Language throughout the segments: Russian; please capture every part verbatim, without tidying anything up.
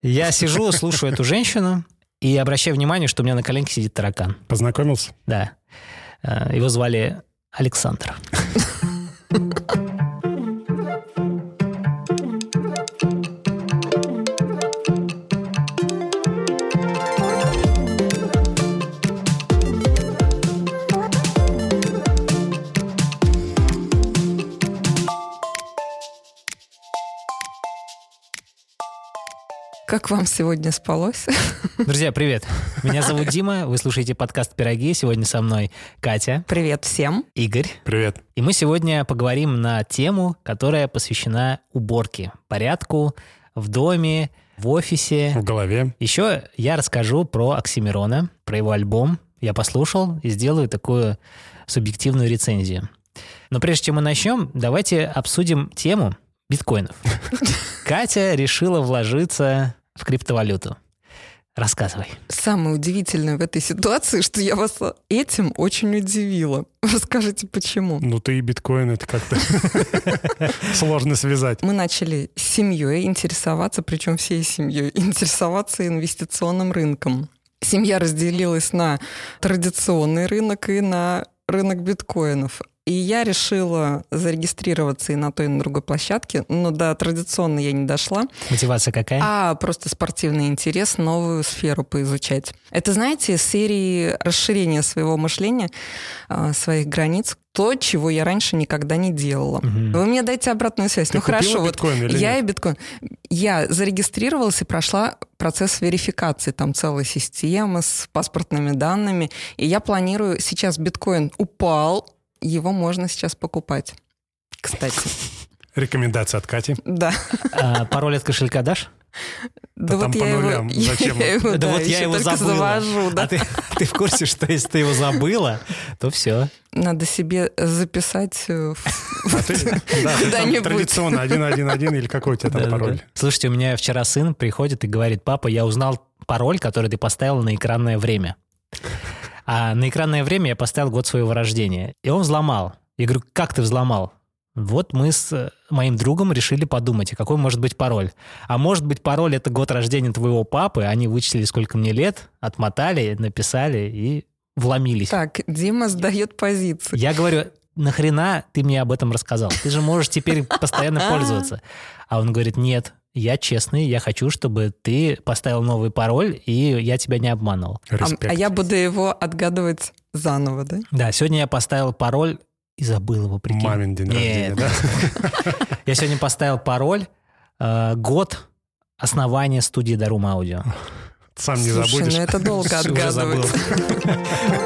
Я сижу, слушаю эту женщину и обращаю внимание, что у меня на коленке сидит таракан. Познакомился? Да. Его звали Александр. Как вам сегодня спалось? Друзья, привет. Меня зовут Дима, вы слушаете подкаст «Пироги». Сегодня со мной Катя. Привет всем. Игорь. Привет. И мы сегодня поговорим на тему, которая посвящена уборке, порядку в доме, в офисе. В голове. Еще я расскажу про Оксимирона, про его альбом. Я послушал и сделаю такую субъективную рецензию. Но прежде чем мы начнем, давайте обсудим тему биткоинов. Катя решила вложиться в криптовалюту. Рассказывай. Самое удивительное в этой ситуации, что я вас этим очень удивила. Расскажите, почему? Ну, ты и биткоин, это как-то сложно связать. Мы начали с семьей интересоваться, причем всей семьей, интересоваться инвестиционным рынком. Семья разделилась на традиционный рынок и на рынок биткоинов. И я решила зарегистрироваться и на той, и на другой площадке, но до традиционной я не дошла. Мотивация какая? А просто спортивный интерес, новую сферу поизучать. Это, знаете, из серии расширения своего мышления, своих границ, то, чего я раньше никогда не делала. Угу. Вы мне дайте обратную связь. Ты ну хорошо, биткоин вот или я нет? и биткоин. Я зарегистрировалась и прошла процесс верификации, там целая система с паспортными данными, и я планирую, сейчас биткоин упал, его можно сейчас покупать. Кстати. Рекомендация от Кати. Да. А, пароль от кошелька дашь? Да, да вот там я по нулям. его, Зачем? Я его, да, да, вот я его только забыла. завожу. Да. А ты, ты в курсе, что если ты его забыла, то все. Надо себе записать А ты, да, ты там куда-нибудь. традиционно один один один или какой у тебя там Да, да, пароль? да. Слушайте, у меня вчера сын приходит и говорит: папа, я узнал пароль, который ты поставил на экранное время. А на экранное время я поставил год своего рождения. И он взломал. Я говорю: как ты взломал? Вот мы с моим другом решили подумать, а какой может быть пароль. А может быть, пароль — это год рождения твоего папы, они вычислили, сколько мне лет, отмотали, написали и вломились. Так, Дима сдает позиции. Я говорю: нахрена ты мне об этом рассказал? Ты же можешь теперь постоянно пользоваться. А он говорит: нет, я честный, я хочу, чтобы ты поставил новый пароль, и я тебя не обманывал. А, Респект. а я буду его отгадывать заново, да? Да, сегодня я поставил пароль и забыл его, прикинь. Мамин день рождения, Нет. да? Я сегодня поставил пароль, э, год основания студии Дарум Аудио. Сам не Слушай, забудешь. ну это долго Уже забыл. отгадывать.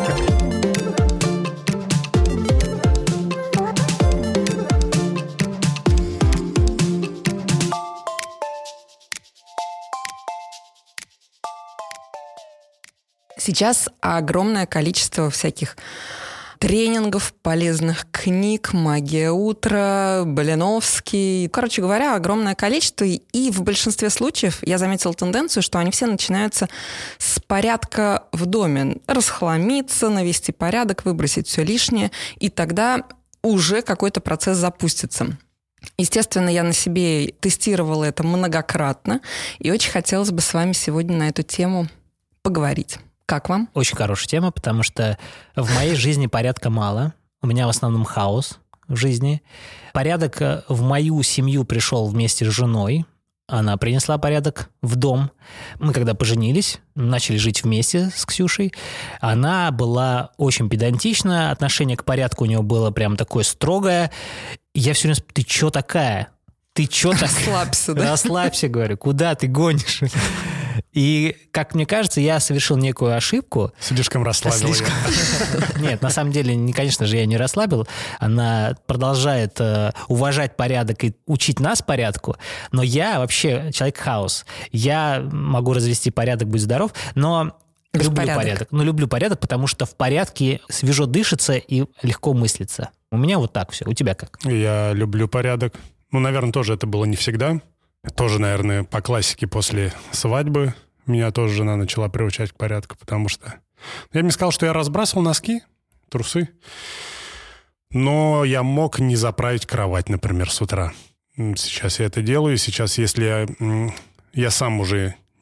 Сейчас огромное количество всяких тренингов, полезных книг, «Магия утра», Блиновский. Короче говоря, огромное количество. И в большинстве случаев я заметила тенденцию, что они все начинаются с порядка в доме. Расхламиться, навести порядок, выбросить все лишнее. И тогда уже какой-то процесс запустится. Естественно, я на себе тестировала это многократно. И очень хотелось бы с вами сегодня на эту тему поговорить. Как вам? Очень хорошая тема, потому что в моей жизни порядка мало. У меня в основном хаос в жизни. Порядок в мою семью пришел вместе с женой. Она принесла порядок в дом. Мы когда поженились, начали жить вместе с Ксюшей. Она была очень педантична, отношение к порядку у нее было прям такое строгое. Я все время: ты чё такая? Ты чё такая? Расслабься, да? Расслабься, говорю. Куда ты гонишь? И, как мне кажется, я совершил некую ошибку. Слишком расслабил Слишком. Нет, на самом деле, не, конечно же, я не расслабил. Она продолжает э, уважать порядок и учить нас порядку. Но я вообще человек-хаос. Я могу развести порядок, будь здоров, но люблю Беспорядок. порядок. Но люблю порядок, потому что в порядке свежо дышится и легко мыслится. У меня вот так все. У тебя как? Я люблю порядок. Ну, наверное, тоже это было не всегда. Тоже, наверное, по классике после свадьбы меня тоже жена начала приучать к порядку, потому что... Я бы не сказал, что я разбрасывал носки, трусы, но я мог не заправить кровать, например, с утра. Сейчас я это делаю. Сейчас, если я, я сам уже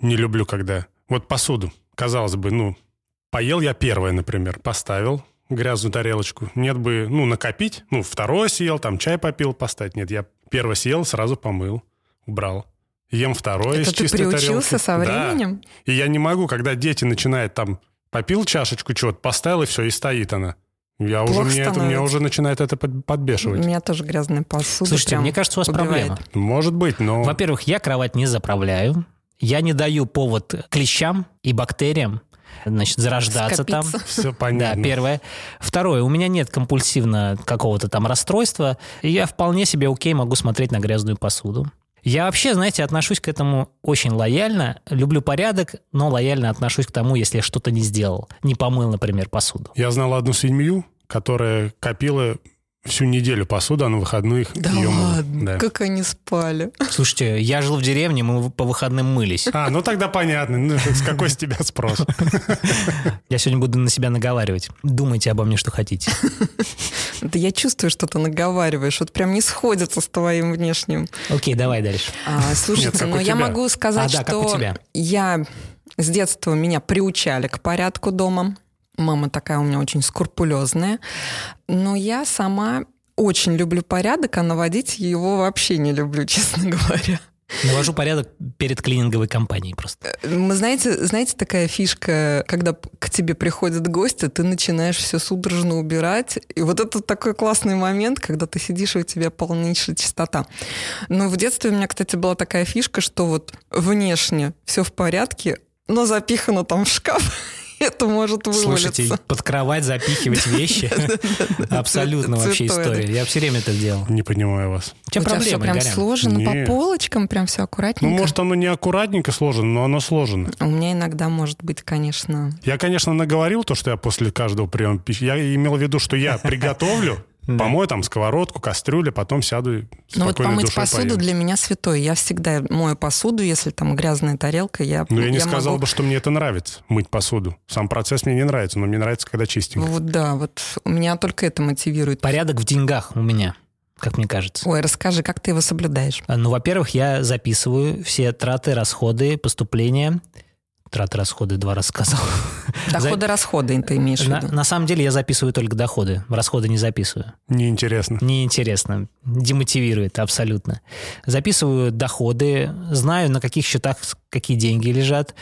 не люблю, когда... Вот посуду, казалось бы, ну, поел я первое, например, поставил грязную тарелочку. Нет бы, ну, накопить, ну, второе съел, там чай попил, поставить. Нет, я первое съел, сразу помыл, убрал. Ем второе из чистой тарелки. Это ты приучился со временем? Да. И я не могу, когда дети начинают там, попил чашечку чего-то, поставил, и все, и стоит она. Я уже, мне это, меня уже начинает это подбешивать. У меня тоже грязная посуда. Слушайте, мне кажется, у вас убивает. проблема. Может быть, но... Во-первых, я кровать не заправляю. Я не даю повод клещам и бактериям, значит, зарождаться Скопиться. там. Все понятно. Да, первое. Второе, у меня нет компульсивно какого-то там расстройства. И я вполне себе окей могу смотреть на грязную посуду. Я вообще, знаете, отношусь к этому очень лояльно. Люблю порядок, но лояльно отношусь к тому, если я что-то не сделал. Не помыл, например, посуду. Я знал одну семью, которая копила всю неделю посуду, а на выходных Да ее мыла. ладно, Да. как они спали. Слушайте, я жил в деревне, мы по выходным мылись. А, ну тогда понятно. Ну, с какой с тебя спрос? Я сегодня буду на себя наговаривать. Думайте обо мне, что хотите. Да я чувствую, что ты наговариваешь. Вот прям не сходится с твоим внешним. Окей, давай дальше. А, слушайте, Нет, как но у я тебя. могу сказать, А, да, как у что тебя. я с детства меня приучали к порядку дома. Мама такая у меня очень скрупулезная. Но я сама очень люблю порядок, а наводить его вообще не люблю, честно говоря. Навожу порядок перед клининговой компанией просто. Мы, знаете, знаете, такая фишка, когда к тебе приходят гости, ты начинаешь все судорожно убирать. И вот это такой классный момент, когда ты сидишь, и у тебя полнейшая чистота. Но в детстве у меня, кстати, была такая фишка, что вот внешне все в порядке, но запихано там в шкаф. Это может вывалиться. Слушайте, под кровать запихивать вещи. Абсолютно вообще история. Я все время это делал. Не понимаю вас. У тебя У тебя все проблемы, прям Игорян. сложено Не. по полочкам, прям все Ну, аккуратненько. может, оно не аккуратненько сложено, но оно сложено. У меня иногда может быть, конечно... Я, конечно, наговорил то, что я после каждого приема пищи. Я имел в виду, что я приготовлю, помою там сковородку, кастрюлю, потом сяду и Ну вот спокойной помыть душой посуду поем. для меня святое. Я всегда мою посуду, если там грязная тарелка, я Но я не я сказал могу... бы, что мне это нравится, мыть посуду. Сам процесс мне не нравится, но мне нравится, когда чистенько. Вот да, вот меня только это мотивирует. Порядок в деньгах у меня, как мне кажется. Ой, расскажи, как ты его соблюдаешь? Ну, во-первых, я записываю все траты, расходы, поступления. Траты, расходы два раза сказал. Доходы-расходы ты имеешь в На, виду? на самом деле я записываю только доходы. Расходы не записываю. Неинтересно. Неинтересно. Демотивирует абсолютно. Записываю доходы, знаю, на каких счетах какие деньги лежат.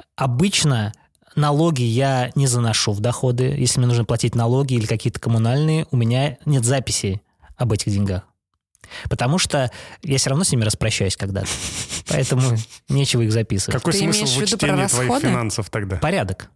Обычно налоги я не заношу в доходы. Если мне нужно платить налоги или какие-то коммунальные, у меня нет записи об этих деньгах. Потому что я все равно с ними распрощаюсь когда-то. Поэтому нечего их записывать. Какой Ты смысл имеешь в в виду про вычтении твоих расходы? финансов тогда? Порядок.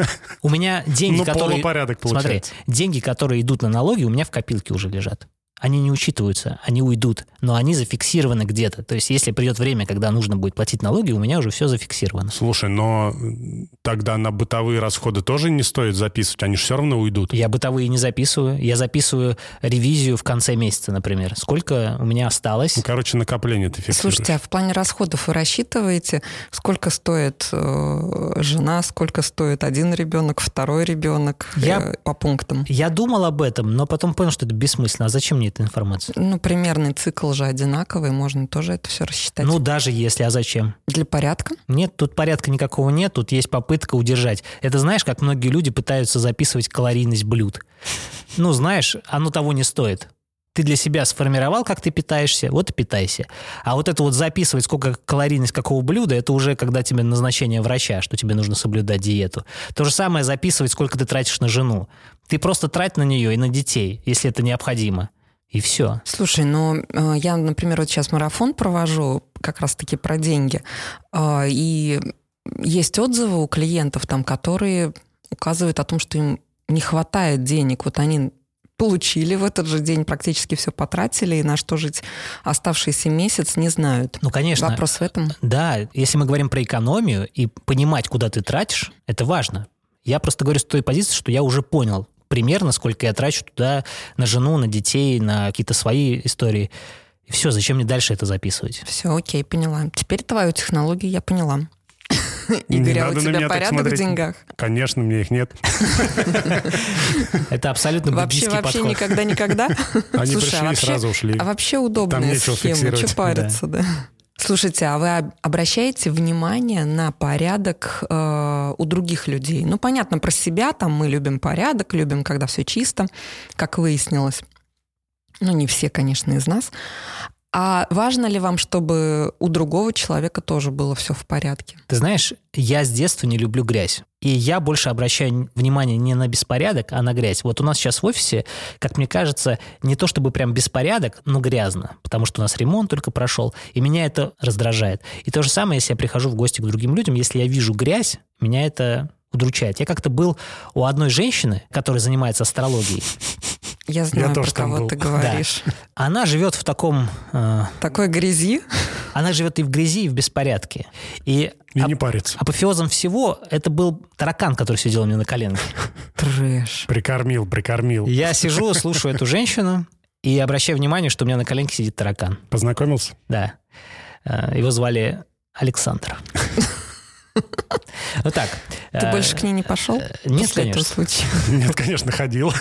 У меня деньги, Ну, которые... полупорядок Смотри, получается. деньги, которые идут на налоги, у меня в копилке уже лежат. Они не учитываются, они уйдут, но они зафиксированы где-то. То есть, если придет время, когда нужно будет платить налоги, у меня уже все зафиксировано. Слушай, но тогда на бытовые расходы тоже не стоит записывать, они же все равно уйдут. Я бытовые не записываю. Я записываю ревизию в конце месяца, например. Сколько у меня осталось. Ну, короче, накопление ты фиксируешь. Слушайте, а в плане расходов вы рассчитываете, сколько стоит э, жена, сколько стоит один ребенок, второй ребенок Я- э, по пунктам? Я думал об этом, но потом понял, что это бессмысленно. А зачем мне эта информация? Ну, примерный цикл же одинаковый, можно тоже это все рассчитать. Ну, даже если, а зачем? Для порядка? Нет, тут порядка никакого нет, тут есть попытка удержать. Это знаешь, как многие люди пытаются записывать калорийность блюд. Ну, знаешь, оно того не стоит. Ты для себя сформировал, как ты питаешься, вот и питайся. А вот это вот записывать, сколько калорийность какого блюда, это уже когда тебе назначение врача, что тебе нужно соблюдать диету. То же самое записывать, сколько ты тратишь на жену. Ты просто трать на нее и на детей, если это необходимо. И все. Слушай, ну, э, я, например, вот сейчас марафон провожу как раз-таки про деньги, э, и есть отзывы у клиентов, там, которые указывают о том, что им не хватает денег. Вот они получили в этот же день, практически все потратили, и на что жить оставшийся месяц не знают. Ну, конечно. Вопрос в этом. Да, если мы говорим про экономию и понимать, куда ты тратишь, это важно. Я просто говорю с той позиции, что я уже понял примерно, сколько я трачу туда на жену, на детей, на какие-то свои истории. И все, зачем мне дальше это записывать? Все, окей, поняла. Теперь твою технологию я поняла. Не Игорь, а у надо на тебя меня так порядок в смотреть. деньгах? Конечно, мне их нет. Это абсолютно Вообще, буддийский вообще подход. никогда-никогда? Они Слушай, пришли а и вообще- сразу ушли. А вообще Там удобная нечего схема, фиксировать. что париться, да? Слушайте, а вы обращаете внимание на порядок э, у других людей? Ну, понятно, про себя, там мы любим порядок, любим, когда все чисто, как выяснилось. Ну, не все, конечно, из нас. А важно ли вам, чтобы у другого человека тоже было все в порядке? Ты знаешь, я с детства не люблю грязь. И я больше обращаю внимание не на беспорядок, а на грязь. Вот у нас сейчас в офисе, как мне кажется, не то чтобы прям беспорядок, но грязно. Потому что у нас ремонт только прошел. И меня это раздражает. И то же самое, если я прихожу в гости к другим людям, если я вижу грязь, меня это удручает. Я как-то был у одной женщины, которая занимается астрологией. Я знаю, Я про тоже там кого был. ты говоришь. Да. Она живет в таком... Э, Такой грязи? Она живет и в грязи, и в беспорядке. И, И ап- не парится. апофеозом всего это был таракан, который сидел у меня на коленке. Трэш. Прикормил, прикормил. Я сижу, слушаю эту женщину и обращаю внимание, что у меня на коленке сидит таракан. Познакомился? Да. Э, Его звали Александр. Вот так. Ты больше к ней не пошел? Нет, после этого конечно. случая? Нет, конечно, ходил.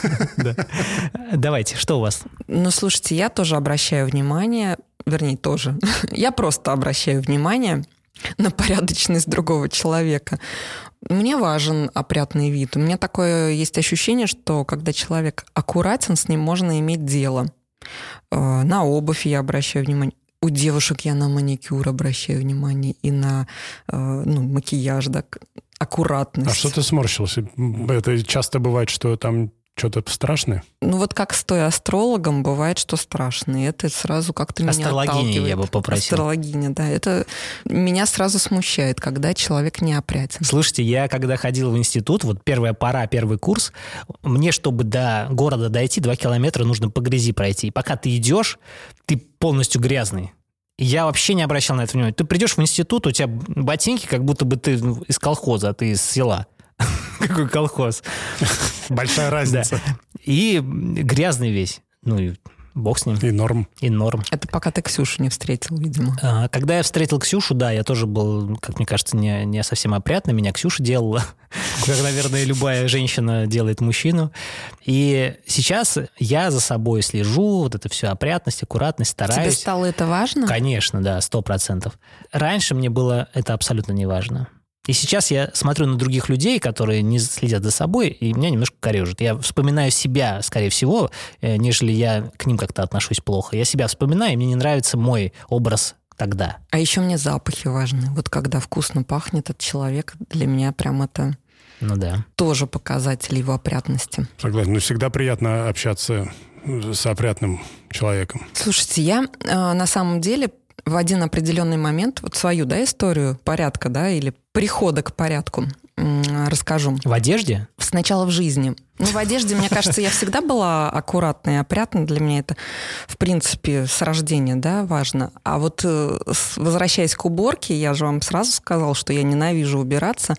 Давайте, что у вас? Ну, слушайте, я тоже обращаю внимание, вернее, тоже. Я просто обращаю внимание на порядочность другого человека. Мне важен опрятный вид. У меня такое есть ощущение, что когда человек аккуратен, с ним можно иметь дело. Э, На обувь я обращаю внимание. У девушек я на маникюр обращаю внимание и на э, ну, макияж, да, к- аккуратность. А что ты сморщился? Это часто бывает, что там что-то страшное? Ну вот как с той астрологом бывает, что страшно. И это сразу как-то меня Астрологиня отталкивает. я бы попросил. Астрологиня, да. Это меня сразу смущает, когда человек неопрятен. Слушайте, я когда ходил в институт, вот первая пора, первый курс, мне, чтобы до города дойти, два километра нужно по грязи пройти. И пока ты идешь, ты полностью грязный. И я вообще не обращал на это внимания. Ты придешь в институт, у тебя ботинки, как будто бы ты из колхоза, а ты из села. Какой колхоз. Большая разница. Да. И грязный весь. Ну и бог с ним. И норм. И норм. Это пока ты Ксюшу не встретил, видимо. А, Когда я встретил Ксюшу, да, я тоже был, как мне кажется, не, не совсем опрятный. Меня Ксюша делала, как, наверное, любая женщина делает мужчину. И сейчас я за собой слежу, вот это все опрятность, аккуратность, Тебе стараюсь. стало это важно? Конечно, да, сто процентов. Раньше мне было это абсолютно не важно. И сейчас я смотрю на других людей, которые не следят за собой, и меня немножко корежит. Я вспоминаю себя, скорее всего, э, нежели я к ним как-то отношусь плохо. Я себя вспоминаю, и мне не нравится мой образ тогда. А еще мне запахи важны. Вот когда вкусно пахнет от человека, для меня прям это Ну да. тоже показатель его опрятности. Согласен. Но всегда приятно общаться с опрятным человеком. Слушайте, я э, на самом деле в один определенный момент вот свою, да, историю порядка, да, или прихода к порядку м, расскажу. В одежде? Сначала в жизни. Ну, в одежде, мне кажется, я всегда была аккуратной и опрятной. Для меня это, в принципе, с рождения, да, важно. А вот э, с- возвращаясь к уборке, я же вам сразу сказала, что я ненавижу убираться.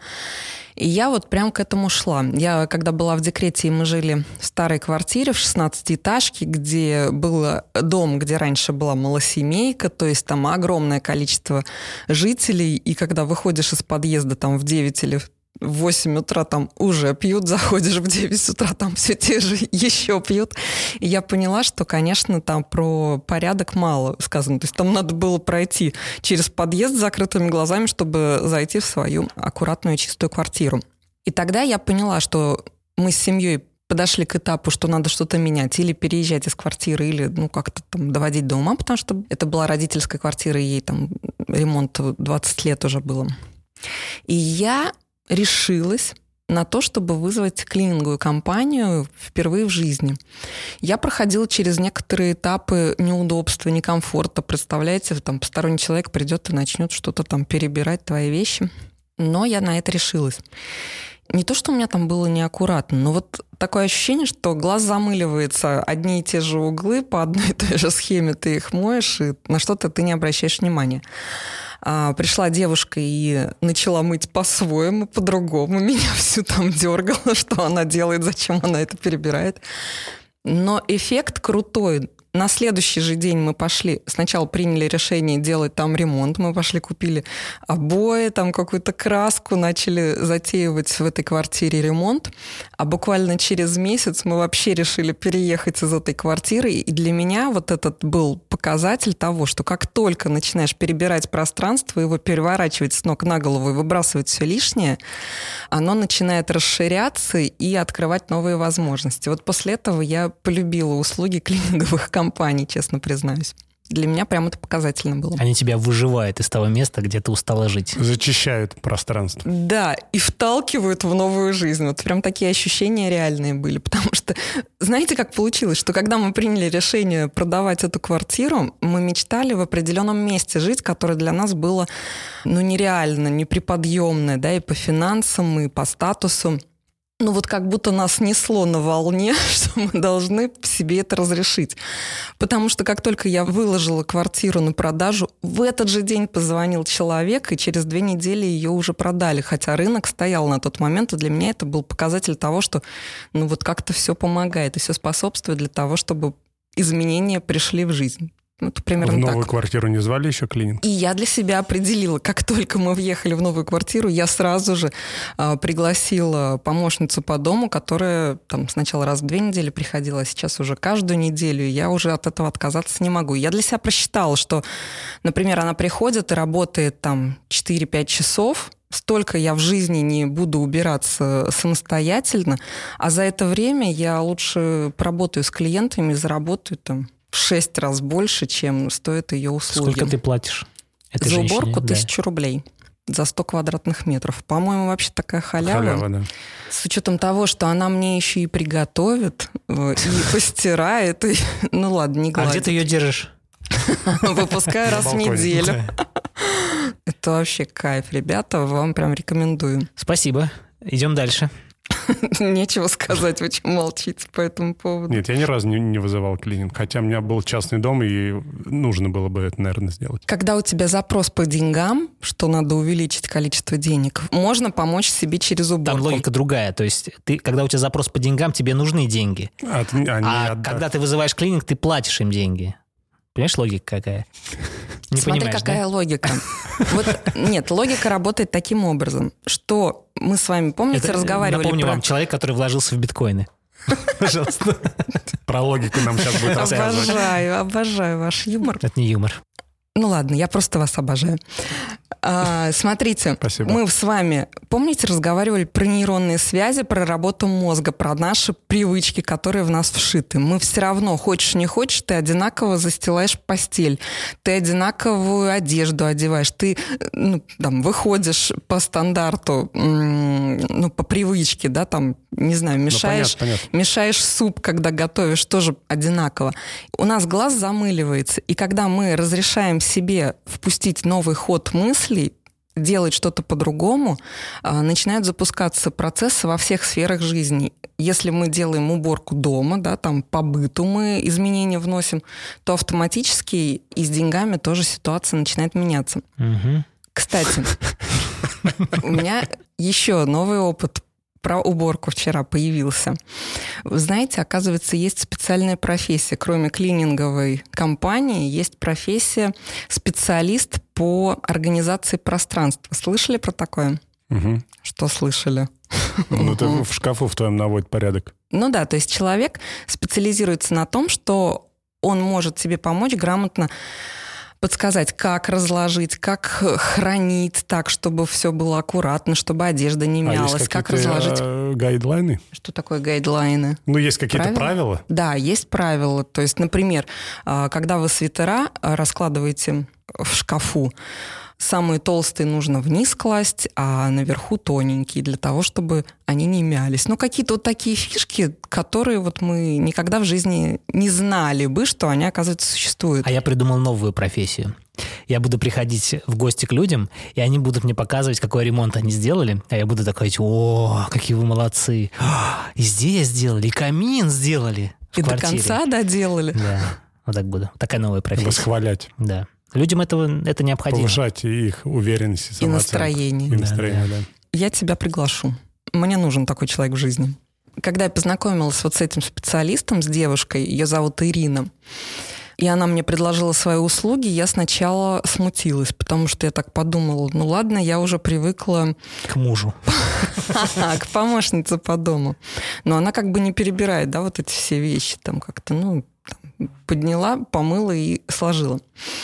И я вот прям к этому шла. Я, когда была в декрете, и мы жили в старой квартире в шестнадцатиэтажке, где был дом, где раньше была малосемейка, то есть там огромное количество жителей, и когда выходишь из подъезда там в девять или в восемь утра там уже пьют, заходишь в девять утра, там все те же еще пьют. И я поняла, что, конечно, там про порядок мало сказано. То есть там надо было пройти через подъезд с закрытыми глазами, чтобы зайти в свою аккуратную чистую квартиру. И тогда я поняла, что мы с семьей подошли к этапу, что надо что-то менять, или переезжать из квартиры, или ну как-то там доводить до ума, потому что это была родительская квартира, и ей там ремонту двадцать лет уже было. И я решилась на то, чтобы вызвать клининговую компанию впервые в жизни. Я проходила через некоторые этапы неудобства, некомфорта. Представляете, там посторонний человек придет и начнет что-то там перебирать, твои вещи. Но я на это решилась. Не то, что у меня там было неаккуратно, но вот такое ощущение, что глаз замыливается, одни и те же углы по одной и той же схеме, ты их моешь, и на что-то ты не обращаешь внимания. А, пришла девушка и начала мыть по-своему, по-другому. Меня всю там дергало, что она делает, зачем она это перебирает. Но эффект крутой. На следующий же день мы пошли, сначала приняли решение делать там ремонт, мы пошли купили обои, там какую-то краску, начали затеивать в этой квартире ремонт, а буквально через месяц мы вообще решили переехать из этой квартиры, и для меня вот этот был показатель того, что как только начинаешь перебирать пространство, его переворачивать с ног на голову и выбрасывать все лишнее, оно начинает расширяться и открывать новые возможности. Вот после этого я полюбила услуги клининговых компаний, честно признаюсь. Для меня прям это показательно было. Они тебя выживают из того места, где ты устала жить. Зачищают пространство. Да, и вталкивают в новую жизнь. Вот прям такие ощущения реальные были. Потому что, знаете, как получилось, что когда мы приняли решение продавать эту квартиру, мы мечтали в определенном месте жить, которое для нас было, ну, нереально, неприподъемное, да, и по финансам, и по статусу. Ну вот как будто нас несло на волне, что мы должны себе это разрешить. Потому что как только я выложила квартиру на продажу, в этот же день позвонил человек, и через две недели ее уже продали. Хотя рынок стоял на тот момент, и для меня это был показатель того, что ну вот как-то все помогает, и все способствует для того, чтобы изменения пришли в жизнь. Это примерно в новую так. Квартиру не звали еще клининг? И я для себя определила, как только мы въехали в новую квартиру, я сразу же э, пригласила помощницу по дому, которая там сначала раз в две недели приходила, а сейчас уже каждую неделю. И я уже от этого отказаться не могу. Я для себя просчитала, что, например, она приходит и работает там четыре-пять часов, столько я в жизни не буду убираться самостоятельно, а за это время я лучше поработаю с клиентами и заработаю там в шесть раз больше, чем стоит ее услуги. Сколько ты платишь этой за женщине? уборку Да. тысячу рублей за сто квадратных метров. По-моему, вообще такая халява. Халява, да. С учетом того, что она мне еще и приготовит, и постирает. и- Ну ладно, не А гладит. где ты ее держишь? Выпускаю На раз в балконе. неделю. Это вообще кайф, ребята. Вам прям рекомендую. Спасибо. Идем дальше. Нечего сказать, вы чем молчите по этому поводу. Нет, я ни разу не, не вызывал клининг. Хотя у меня был частный дом, и нужно было бы это, наверное, сделать. Когда у тебя запрос по деньгам, что надо увеличить количество денег, можно помочь себе через уборку. Там логика другая. То есть, ты, когда у тебя запрос по деньгам, тебе нужны деньги. От- а не А отдать. когда ты вызываешь клининг, ты платишь им деньги. Понимаешь, логика какая? Не Смотри, понимаешь, какая да? логика. Вот, нет, логика работает таким образом, что мы с вами, помните, Это, разговаривали напомню про... вам, человек, который вложился в биткоины. Пожалуйста. Про логику нам сейчас будет рассказывать. Обожаю, обожаю ваш юмор. Это не юмор. Ну ладно, я просто вас обожаю. А, смотрите, Спасибо. мы с вами, помните, разговаривали про нейронные связи, про работу мозга, про наши привычки, которые в нас вшиты. Мы все равно, хочешь не хочешь, ты одинаково застилаешь постель, ты одинаковую одежду одеваешь, ты ну, там, выходишь по стандарту, м, ну, по привычке, да, там, не знаю, мешаешь, понятно, понятно. мешаешь суп, когда готовишь, тоже одинаково. У нас глаз замыливается, и когда мы разрешаем себе впустить новый ход мыслей, делать что-то по-другому, а, начинают запускаться процессы во всех сферах жизни. Если мы делаем уборку дома, да, там по быту мы изменения вносим, то автоматически и с деньгами тоже ситуация начинает меняться. Мгм. Кстати, у меня еще новый опыт про уборку вчера появился. Вы знаете, оказывается, есть специальная профессия. Кроме клининговой компании, есть профессия специалист по организации пространства. Слышали про такое? Мгм. Что слышали? Ну, ты в шкафу в твоем наводит порядок. Ну да, то есть человек специализируется на том, что он может тебе помочь грамотно подсказать, как разложить, как хранить так, чтобы все было аккуратно, чтобы одежда не А мялась, есть как какие-то разложить. э, гайдлайны? Что такое гайдлайны? Ну, есть какие-то Правила? правила? Да, есть правила. То есть, например, а, когда вы свитера а, раскладываете в шкафу, самые толстые нужно вниз класть, а наверху тоненькие, для того, чтобы они не мялись. Ну, какие-то вот такие фишки, которые вот мы никогда в жизни не знали бы, что они, оказывается, существуют. А я придумал новую профессию. Я буду приходить в гости к людям, и они будут мне показывать, какой ремонт они сделали. А я буду такой: о, какие вы молодцы. И здесь сделали, и камин сделали в И до квартире. конца доделали. Да, вот так буду. Такая новая профессия. Восхвалять, Да. Людям этого, это необходимо. повышать их уверенность и И самооценку. настроение. И настроение, да. Я тебя приглашу. Мне нужен такой человек в жизни. Когда я познакомилась вот с этим специалистом, с девушкой, ее зовут Ирина, и она мне предложила свои услуги, я сначала смутилась, потому что я так подумала, ну ладно, я уже привыкла... К мужу. К помощнице по дому. Но она как бы не перебирает, да, вот эти все вещи, там как-то, ну, подняла, помыла и сложила.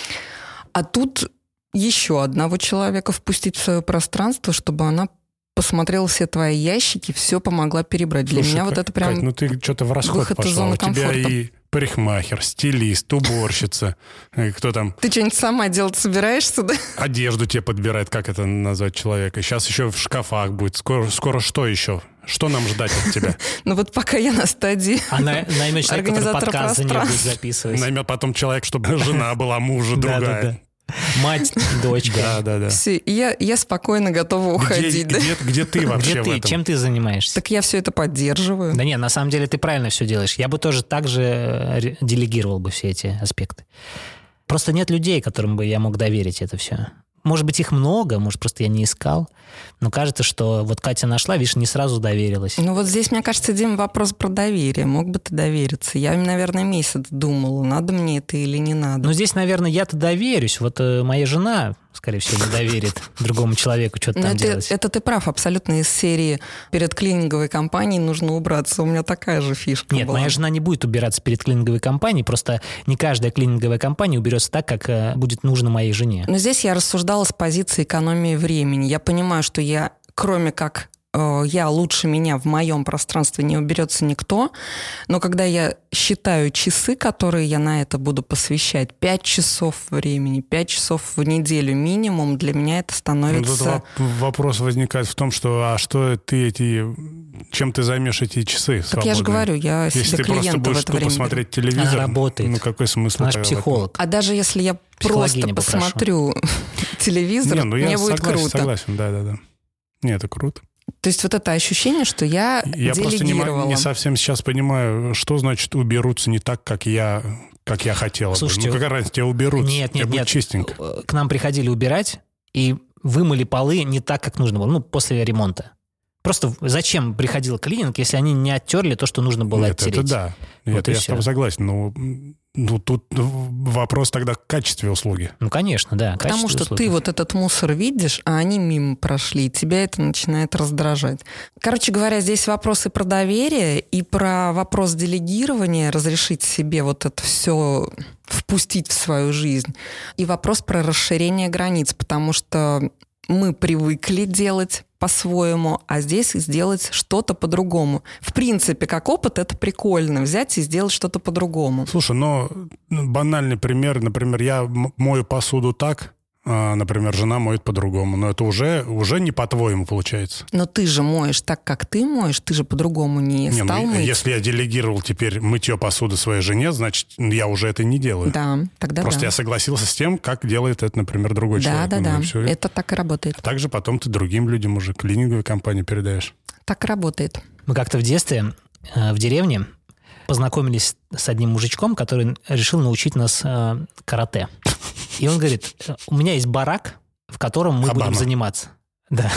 А тут еще одного человека впустить в свое пространство, чтобы она посмотрела все твои ящики, все помогла перебрать. Для Слушай, меня Кать, вот это прям... Кать, ну ты что-то в расход выход из пошла. зоны У тебя комфорта. и парикмахер, стилист, уборщица, кто там... Ты что-нибудь сама делать собираешься, да? Одежду тебе подбирает, как это назвать человека. Сейчас еще в шкафах будет. Скоро, скоро что еще? Что нам ждать от тебя? Ну вот пока я на стадии Она наймет человека, который организатора подкаст за нее будет пространства. записывать. Наймет потом человек, чтобы жена была мужа Да, другая. да, да. Мать, дочка. Да, да, да. Все, и я, я спокойно готова уходить. Где, да? где, где ты вообще Где в ты? этом? Чем ты занимаешься? Так я все это поддерживаю. Да нет, на самом деле ты правильно все делаешь. Я бы тоже так же э, делегировал бы все эти аспекты. Просто нет людей, которым бы я мог доверить это все. Может быть, их много, может, просто я не искал. Но кажется, что вот Катя нашла, видишь, не сразу доверилась. Ну вот здесь, мне кажется, Дим, вопрос про доверие. Мог бы ты довериться? Я, наверное, месяц думала, надо мне это или не надо. Но здесь, наверное, я-то доверюсь. Вот э, моя жена, скорее всего, не доверит другому человеку что-то Но там это, делать. это ты прав, абсолютно из серии «Перед клининговой компанией нужно убраться». У меня такая же фишка Нет, была. моя жена не будет убираться перед клининговой компанией, просто не каждая клининговая компания уберется так, как э, будет нужно моей жене. Но здесь я рассуждала с позиции экономии времени. Я понимаю, что я, кроме как э, я лучше меня в моем пространстве не уберется никто, но когда я считаю часы, которые я на это буду посвящать, пять часов времени, пять часов в неделю минимум, для меня это Ну, становится... тут воп- вопрос возникает в том, что а что ты эти... Чем ты займешь эти часы Так я же свободные? говорю, я Если себе ты просто клиента в будешь это тупо время беру. смотреть телевизор, Она работает. ну какой смысл? Наш тогда в этом? психолог. А даже если я просто Психологиня попрошу. посмотрю телевизор, Не, ну я мне будет согласен, круто. согласен, да-да-да. Не, это круто. То есть вот это ощущение, что я, Я просто не, мо- делегировала. не совсем сейчас понимаю, что значит уберутся не так, как я, как я хотела Слушайте, бы. Ну какая разница, тебя уберут, Нет, тебе нет, будет нет. чистенько. К нам приходили убирать и вымыли полы не так, как нужно было, ну, после ремонта. Просто зачем приходил клининг, если они не оттерли то, что нужно было Нет, оттереть? это да. Вот это и я с всё. тобой согласен. Но ну, тут вопрос тогда к качеству услуги. Ну, конечно, да. Потому качество что услуги. ты вот этот мусор видишь, а они мимо прошли, и тебя это начинает раздражать. Короче говоря, здесь вопросы про доверие и про вопрос делегирования, разрешить себе вот это все впустить в свою жизнь. И вопрос про расширение границ, потому что мы привыкли делать по-своему, а здесь сделать что-то по-другому. В принципе, как опыт, это прикольно, взять и сделать что-то по-другому. Слушай, но ну, банальный пример. Например, я м- мою посуду так, а, например, жена моет по-другому. Но это уже, уже не по-твоему получается. Но ты же моешь так, как ты моешь, ты же по-другому не, Не, ну, стал мыть. если я делегировал теперь мытье посуды своей жене, значит, я уже это не делаю. Да, тогда Просто да. я согласился с тем, как делает это, например, другой Да, человек. да, Ну, да. и всё. Это так и работает. Также потом ты другим людям уже клининговой компании передаешь. Так и работает. Мы как-то в детстве э, в деревне познакомились с одним мужичком, который решил научить нас э, карате. И он говорит, у меня есть барак, в котором мы Обама. будем заниматься. Да.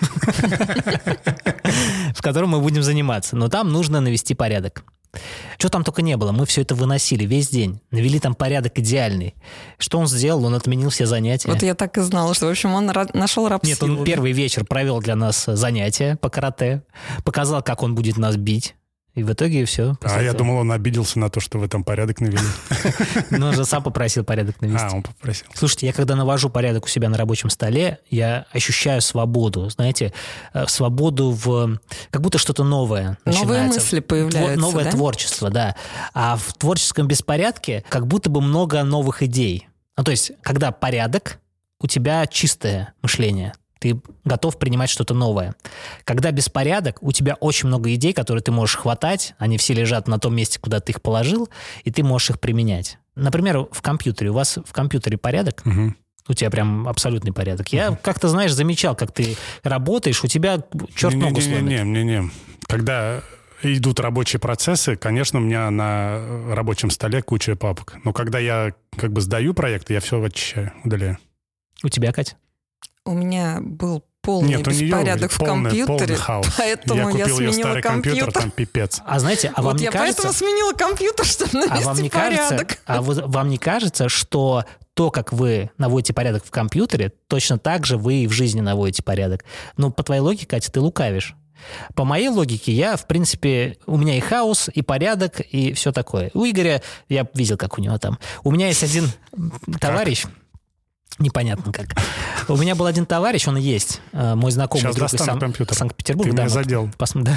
В котором мы будем заниматься. Но там нужно навести порядок. Что там только не было. Мы все это выносили весь день. Навели там порядок идеальный. Что он сделал? Он отменил все занятия. Вот я так и знала, что, в общем, он ра- нашел раб Нет, он первый вечер провел для нас занятия по карате. Показал, как он будет нас бить. И в итоге все. А я думал, он обиделся на то, что вы там порядок навели. Но он же сам попросил порядок навести. А, он попросил. Слушайте, я когда навожу порядок у себя на рабочем столе, я ощущаю свободу, знаете, э, свободу в... Как будто что-то новое Новые начинается. мысли появляются, Тво- Новое да? творчество, да. А в творческом беспорядке как будто бы много новых идей. Ну, то есть, когда порядок, у тебя чистое мышление. Ты готов принимать что-то новое. Когда беспорядок, у тебя очень много идей, которые ты можешь хватать, они все лежат на том месте, куда ты их положил, и ты можешь их применять. Например, в компьютере. У вас в компьютере порядок? Мгм. У тебя прям абсолютный порядок. Я как-то, знаешь, замечал, как ты работаешь, у тебя черт ногу сломит. Не-не-не, когда идут рабочие процессы, конечно, у меня на рабочем столе куча папок. Но когда я как бы сдаю проекты, я все очищаю, удаляю. У тебя, Кать? У меня был полный Нет, у нее беспорядок в полный, компьютере, полный хаос. поэтому я, я купил сменила ее старый компьютер. компьютер, там пипец. А знаете, а вам вот не я кажется... поэтому сменила компьютер, чтобы навести а вам не порядок. Кажется, а вы, вам не кажется, что то, как вы наводите порядок в компьютере, точно так же вы и в жизни наводите порядок? Ну, по твоей логике, Катя, ты лукавишь. По моей логике, я, в принципе, у меня и хаос, и порядок, и все такое. У Игоря, я видел, как у него там. У меня есть один товарищ, непонятно как. У меня был один товарищ, он есть, мой знакомый Сейчас друг из Сан- компьютер. Санкт-Петербурга. Ты да, меня вот, задел. пос- да.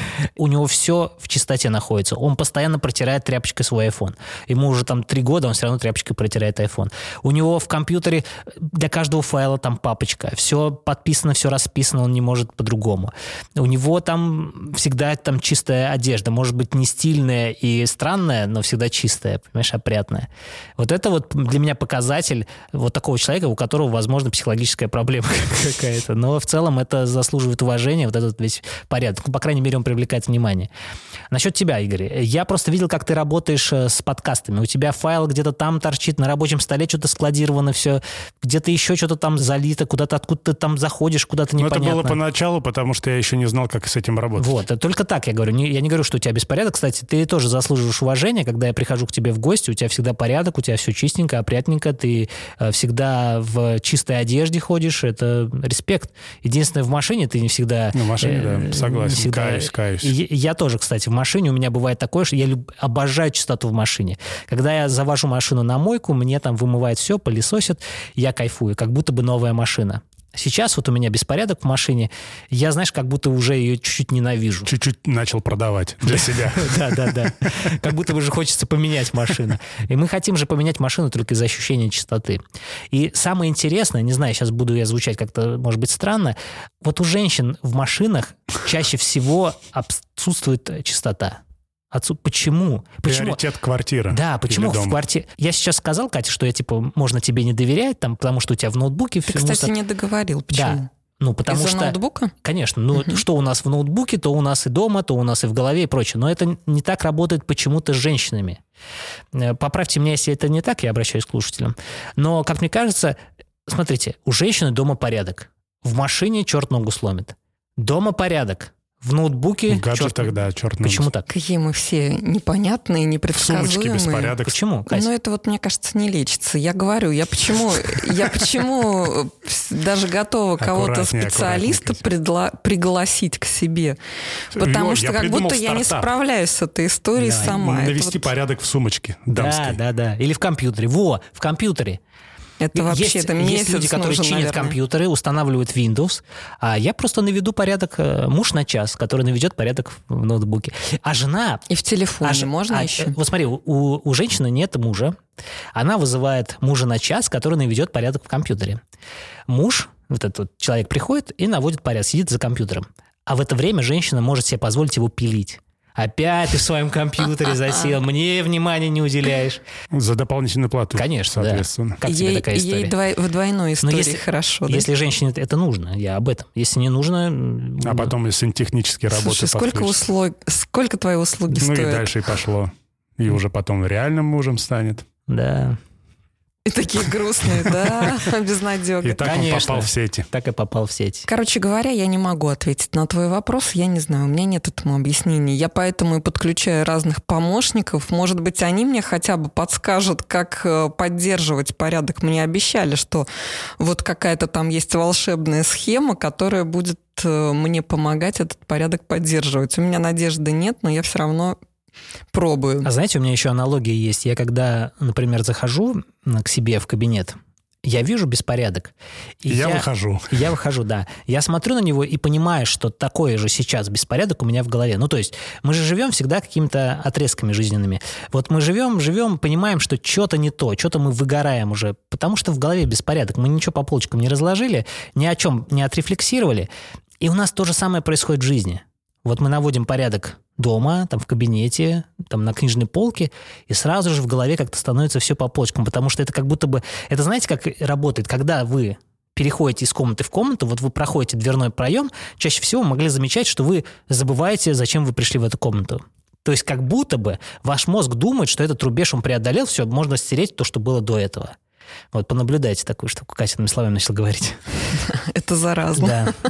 У него все в чистоте находится. Он постоянно протирает тряпочкой свой iPhone. Ему уже там три года, он все равно тряпочкой протирает iPhone. У него в компьютере для каждого файла там папочка. Все подписано, все расписано, он не может по-другому. У него там всегда там чистая одежда. Может быть, не стильная и странная, но всегда чистая, понимаешь, опрятная. Вот это вот для меня показатель вот такого человека, у которого, возможно, психологическая проблема какая-то. Но в целом это заслуживает уважения, вот этот весь порядок. Ну, по крайней мере, он привлекает внимание. Насчет тебя, Игорь. Я просто видел, как ты работаешь с подкастами. У тебя файл где-то там торчит, на рабочем столе что-то складировано все, где-то еще что-то там залито, куда-то откуда ты там заходишь, куда-то непонятно. Но это было поначалу, потому что я еще не знал, как с этим работать. Вот, только так я говорю. Не, я не говорю, что у тебя беспорядок. Кстати, ты тоже заслуживаешь уважения, когда я прихожу к тебе в гости, у тебя всегда порядок, у тебя все чистенько, опрятненько, ты э, всегда в чистой одежде ходишь, это респект. Единственное, в машине ты не всегда... Ну, в машине, э, да, согласен, всегда... каюсь, каюсь. Я, я тоже, кстати, в машине у меня бывает такое, что я люб... обожаю чистоту в машине. Когда я завожу машину на мойку, мне там вымывает все, пылесосят, я кайфую, как будто бы новая машина. Сейчас вот у меня беспорядок в машине, я, знаешь, как будто уже ее чуть-чуть ненавижу. Чуть-чуть начал продавать для себя. Да, да, да. Как будто бы же хочется поменять машину. И мы хотим же поменять машину только из-за ощущения чистоты. И самое интересное, не знаю, сейчас буду я звучать как-то, может быть, странно, вот у женщин в машинах чаще всего отсутствует чистота. Отцу... Почему? Почему? Приоритет квартира. Да, почему в квартире... Я сейчас сказал, Катя, что я, типа, можно тебе не доверять, там, потому что у тебя в ноутбуке... Ты, кстати, мусор... не договорил. Почему? Да. Ну, потому Из-за что... ноутбука? Конечно. Ну, uh-huh. что у нас в ноутбуке, то у нас и дома, то у нас и в голове и прочее. Но это не так работает почему-то с женщинами. Поправьте меня, если это не так, я обращаюсь к слушателям. Но, как мне кажется, смотрите, у женщины дома порядок. В машине черт ногу сломит. Дома порядок. В ноутбуке... В гаджетах, да, черт ногу. Почему так? Какие мы все непонятные, непредсказуемые. В сумочке беспорядок. Почему, Катя? Ну, это вот, мне кажется, не лечится. Я говорю, я почему, я почему даже готова кого-то специалиста предла- пригласить к себе. Потому Ё, что как будто стартап. я не справляюсь с этой историей да, сама. Навести вот... порядок в сумочке дамской. Да, да, да. Или в компьютере. Во, в компьютере. Это вообще есть, это месяц есть люди, которые нужен, чинят наверное. компьютеры, устанавливают Windows, а я просто наведу порядок, муж на час, который наведет порядок в ноутбуке. А жена... И в телефоне а, можно а, еще? Вот смотри, у, у женщины нет мужа, она вызывает мужа на час, который наведет порядок в компьютере. Муж, вот этот вот человек приходит и наводит порядок, сидит за компьютером. А в это время женщина может себе позволить его пилить. Опять ты в своем компьютере засел, мне внимания не уделяешь. За дополнительную плату. Конечно, соответственно. Да. Как тебе ей, такая история? Ей двой, в двойной истории если, хорошо. Если да? женщине это нужно, я об этом. Если не нужно... А потом, если технические работы Слушай, сколько, услуг, сколько твои услуги ну стоят? Ну и дальше и пошло. И уже потом реальным мужем станет. Да. И такие грустные, да, безнадёга. И так Конечно. он попал в сети. Так и попал в сеть. Короче говоря, я не могу ответить на твой вопрос, я не знаю, у меня нет этому объяснения. Я поэтому и подключаю разных помощников. Может быть, они мне хотя бы подскажут, как поддерживать порядок. Мне обещали, что вот какая-то там есть волшебная схема, которая будет мне помогать этот порядок поддерживать. У меня надежды нет, но я все равно... пробую. А знаете, у меня еще аналогия есть. Я когда, например, захожу к себе в кабинет, я вижу беспорядок. И я, я выхожу. Я выхожу, да. Я смотрю на него и понимаю, что такой же сейчас беспорядок у меня в голове. Ну, то есть мы же живем всегда какими-то отрезками жизненными. Вот мы живем, живем, понимаем, что что-то не то, что-то мы выгораем уже, потому что в голове беспорядок. Мы ничего по полочкам не разложили, ни о чем не отрефлексировали. И у нас то же самое происходит в жизни. Вот мы наводим порядок дома, там, в кабинете, там, на книжной полке, и сразу же в голове как-то становится все по полочкам, потому что это как будто бы... Это знаете, как работает? Когда вы переходите из комнаты в комнату, вот вы проходите дверной проем, чаще всего вы могли замечать, что вы забываете, зачем вы пришли в эту комнату. То есть как будто бы ваш мозг думает, что этот рубеж он преодолел, все, можно стереть то, что было до этого. Вот, понаблюдайте такую штуку. Катя одними словами начала говорить. Это заразно. Да.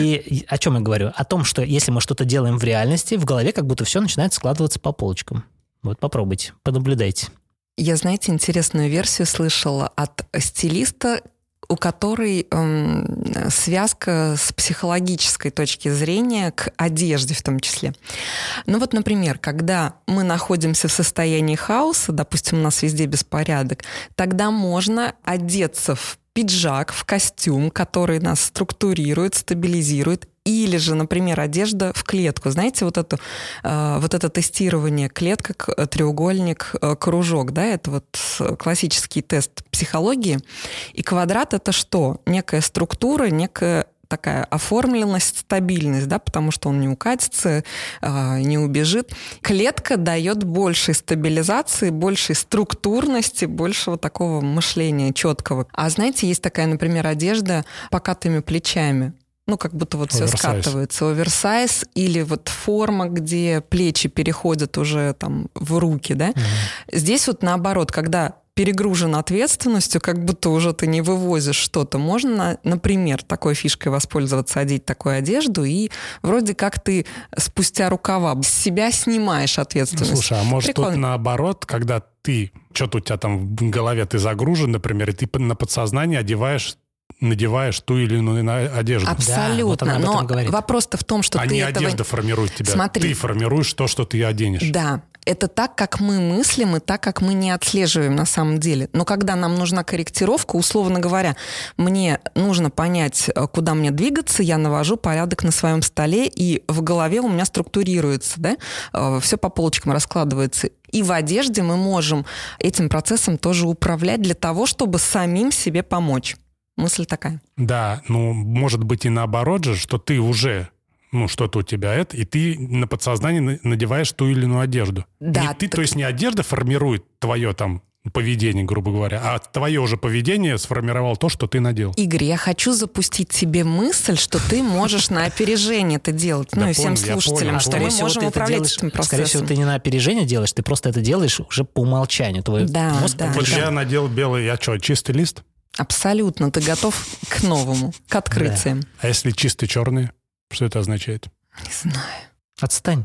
И о чем я говорю? О том, что если мы что-то делаем в реальности, в голове как будто все начинает складываться по полочкам. Вот попробуйте, понаблюдайте. Я, знаете, интересную версию слышала от стилиста, у которой эм, связка с психологической точки зрения к одежде в том числе. Ну вот, например, когда мы находимся в состоянии хаоса, допустим, у нас везде беспорядок, тогда можно одеться в пиджак, в костюм, который нас структурирует, стабилизирует, или же, например, одежда в клетку. Знаете, вот это, э, вот это тестирование клетка, треугольник, э, кружок, да, это вот классический тест психологии. И квадрат — это что? Некая структура, некая такая оформленность, стабильность, да, потому что он не укатится, э, не убежит. Клетка дает большей стабилизации, большей структурности, большего такого мышления четкого. А знаете, есть такая, например, одежда с покатыми плечами. Ну, как будто вот все скатывается. Оверсайз или вот форма, где плечи переходят уже там в руки, да. Mm-hmm. Здесь вот наоборот, когда перегружен ответственностью, как будто уже ты не вывозишь что-то. Можно, например, такой фишкой воспользоваться, одеть такую одежду, и вроде как ты спустя рукава с себя снимаешь ответственность. Слушай, а может Прикольно. Тут наоборот, когда ты, что-то у тебя там в голове, ты загружен, например, и ты на подсознании одеваешь надеваешь ту или иную одежду. Абсолютно. Да, вот но вопрос-то в том, что а ты не этого... одежда формирует тебя. Смотри. Ты формируешь то, что ты оденешь. Да. Это так, как мы мыслим, и так, как мы не отслеживаем на самом деле. Но когда нам нужна корректировка, условно говоря, мне нужно понять, куда мне двигаться, я навожу порядок на своем столе, и в голове у меня структурируется, да? Все по полочкам раскладывается. И в одежде мы можем этим процессом тоже управлять для того, чтобы самим себе помочь. Мысль такая. Да, ну, может быть и наоборот же, что ты уже, ну, что-то у тебя это, и ты на подсознании надеваешь ту или иную одежду. Да. Не ты, так... то есть не одежда формирует твое там поведение, грубо говоря, а твое уже поведение сформировало то, что ты надел. Игорь, я хочу запустить себе мысль, что ты можешь на опережение это делать. Ну и всем слушателям, что мы можем управлять этим процессом. Скорее всего, ты не на опережение делаешь, ты просто это делаешь уже по умолчанию. Твой мозг... Вот я надел белый, я что, чистый лист? Абсолютно. Ты готов к новому, к открытиям. Да. А если чистый черный, что это означает? Не знаю. Отстань.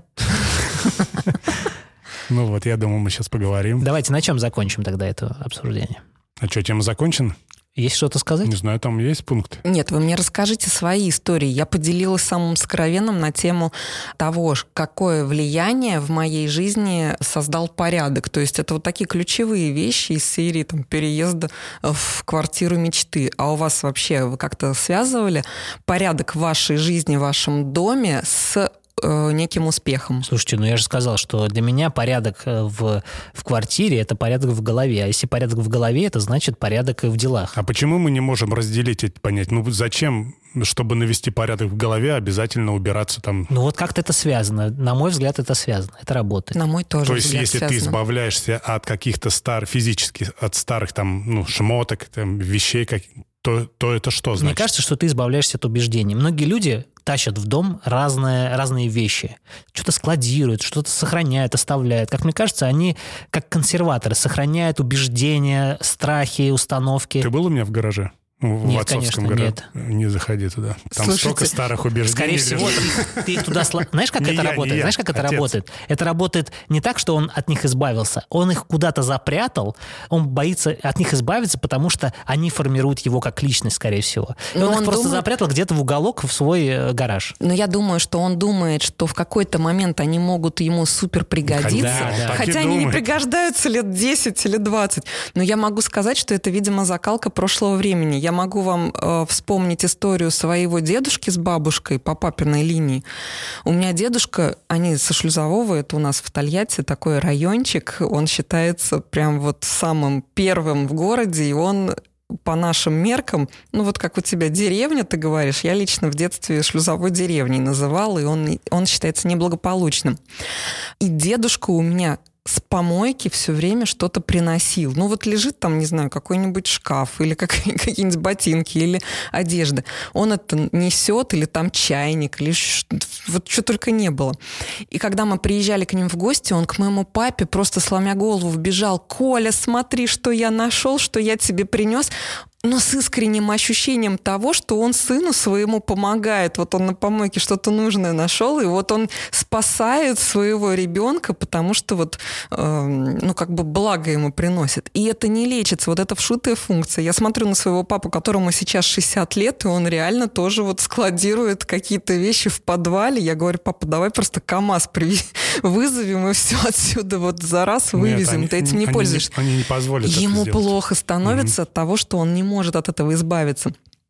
Ну вот, я думаю, мы сейчас поговорим. Давайте на чем закончим тогда это обсуждение? А что, тема закончена? Есть что-то сказать? Не знаю, там есть пункты? Нет, вы мне расскажите свои истории. Я поделилась самым сокровенным на тему того, какое влияние в моей жизни создал порядок. То есть это вот такие ключевые вещи из серии там, переезда в квартиру мечты. А у вас вообще, вы как-то связывали порядок в вашей жизни, в вашем доме с неким успехом? Слушайте, ну я же сказал, что для меня порядок в, в квартире – это порядок в голове. А если порядок в голове, это значит порядок и в делах. А почему мы не можем разделить эти понятия? Ну зачем, чтобы навести порядок в голове, обязательно убираться там? Ну вот как-то это связано. На мой взгляд, это связано. Это работает. На мой тоже То есть взгляд если связано. ты избавляешься от каких-то старых, физически от старых там, ну, шмоток, там, вещей, как, то, то это что значит? Мне кажется, что ты избавляешься от убеждений. Многие люди тащат в дом разные, разные вещи. Что-то складируют, что-то сохраняют, оставляют. Как мне кажется, они как консерваторы сохраняют убеждения, страхи, установки. Ты был у меня в гараже? В нет, отцовском конечно, гараже? Нет. Не заходи туда. Там Слушайте, столько старых убеждений. Скорее всего, ты, ты их туда... Сла... Знаешь, как Не это я, работает? не я, Знаешь, как это отец. работает? Это работает не так, что он от них избавился. Он их куда-то запрятал, он боится от них избавиться, потому что они формируют его как личность, скорее всего. И он, он их просто думает... запрятал где-то в уголок в свой э, гараж. Но я думаю, что он думает, что в какой-то момент они могут ему супер пригодиться. Да, да. Хотя они не пригождаются лет десять или двадцать. Но я могу сказать, что это, видимо, закалка прошлого времени. Я могу вам э, вспомнить историю своего дедушки с бабушкой по папиной линии. У меня дедушка, они со Шлюзового, это у нас в Тольятти такой райончик, он считается прям вот самым первым в городе, и он по нашим меркам, ну вот как у тебя деревня, ты говоришь, я лично в детстве Шлюзовой деревней называла, и он, он считается неблагополучным. И дедушка у меня с помойки все время что-то приносил. Ну вот лежит там, не знаю, какой-нибудь шкаф или как, какие-нибудь ботинки или одежда. Он это несет, или там чайник, или вот что только не было. И когда мы приезжали к ним в гости, он к моему папе просто сломя голову вбежал: «Коля, смотри, что я нашел, что я тебе принес». Но с искренним ощущением того, что он сыну своему помогает. Вот он на помойке что-то нужное нашел, и вот он спасает своего ребенка, потому что вот, э, ну, как бы благо ему приносит. И это не лечится, вот это вшитая функция. Я смотрю на своего папу, которому сейчас шестьдесят лет, и он реально тоже вот складирует какие-то вещи в подвале. Я говорю: папа, давай просто КамАЗ привези, вызовем, и все отсюда вот за раз вывезем. Нет, Ты они, этим не они пользуешься. Не, они не позволят Ему это сделать. плохо становится Mm-hmm. от того, что он не может может от этого избавиться.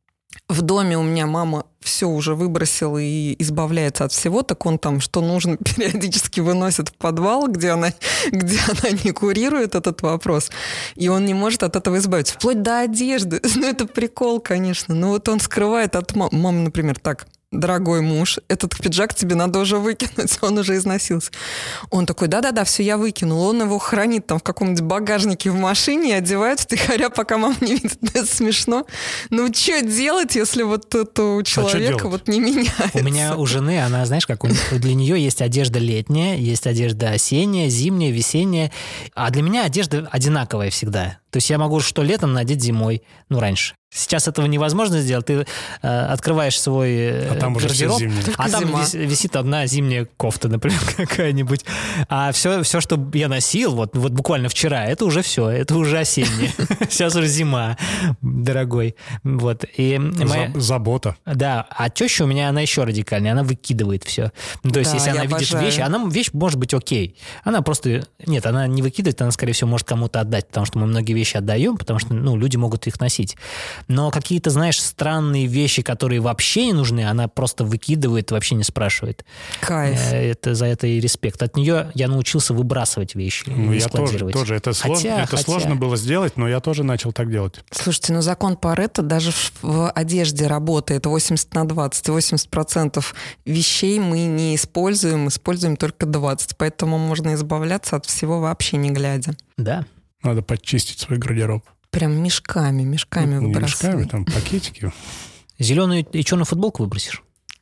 В доме у меня мама все уже выбросила и избавляется от всего, так он там, что нужно, периодически выносит в подвал, где она, где она не курирует этот вопрос, и он не может от этого избавиться. Вплоть до одежды. Ну, это прикол, конечно. Но вот он скрывает от мамы. Мама, например, так: дорогой муж, этот пиджак тебе надо уже выкинуть, он уже износился. Он такой: да-да-да, все, я выкинул. Он его хранит там в каком-нибудь багажнике в машине и одевает втихаря, пока мама не видит. Это смешно. Ну, что делать, если вот это у человека а вот не меняется? У меня у жены, она, знаешь, как у, для нее есть одежда летняя, есть одежда осенняя, зимняя, весенняя, а для меня одежда одинаковая всегда. То есть я могу что летом надеть зимой, ну, раньше. Сейчас этого невозможно сделать. Ты э, открываешь свой э, а там гардероб, а там зима. вис, висит одна зимняя кофта, например, какая-нибудь. А все, все, что я носил, вот, вот буквально вчера, это уже все, это уже осеннее. Сейчас уже зима, дорогой. Вот. И моя... Забота. Да, а теща у меня, она еще радикальнее, она выкидывает все. То есть, да, если она видит обожаю. вещь, она, вещь может быть окей. Она просто... Нет, она не выкидывает, она, скорее всего, может кому-то отдать, потому что мы многие вещи отдаем, потому что, ну, люди могут их носить. Но какие-то, знаешь, странные вещи, которые вообще не нужны, она просто выкидывает, вообще не спрашивает. Кайф. Это, за это и респект. От нее я научился выбрасывать вещи, ну, не я складировать. Тоже, тоже. Это, хотя, сложно, это хотя... сложно было сделать, но я тоже начал так делать. Слушайте, ну закон Парето даже в, в одежде работает восемьдесят на двадцать. восемьдесят процентов вещей мы не используем, используем только двадцать. Поэтому можно избавляться от всего вообще не глядя. Да. Надо подчистить свой гардероб. Прям мешками, мешками не выбрасываем. мешками, там пакетики. Зеленую и черную футболку выбросишь?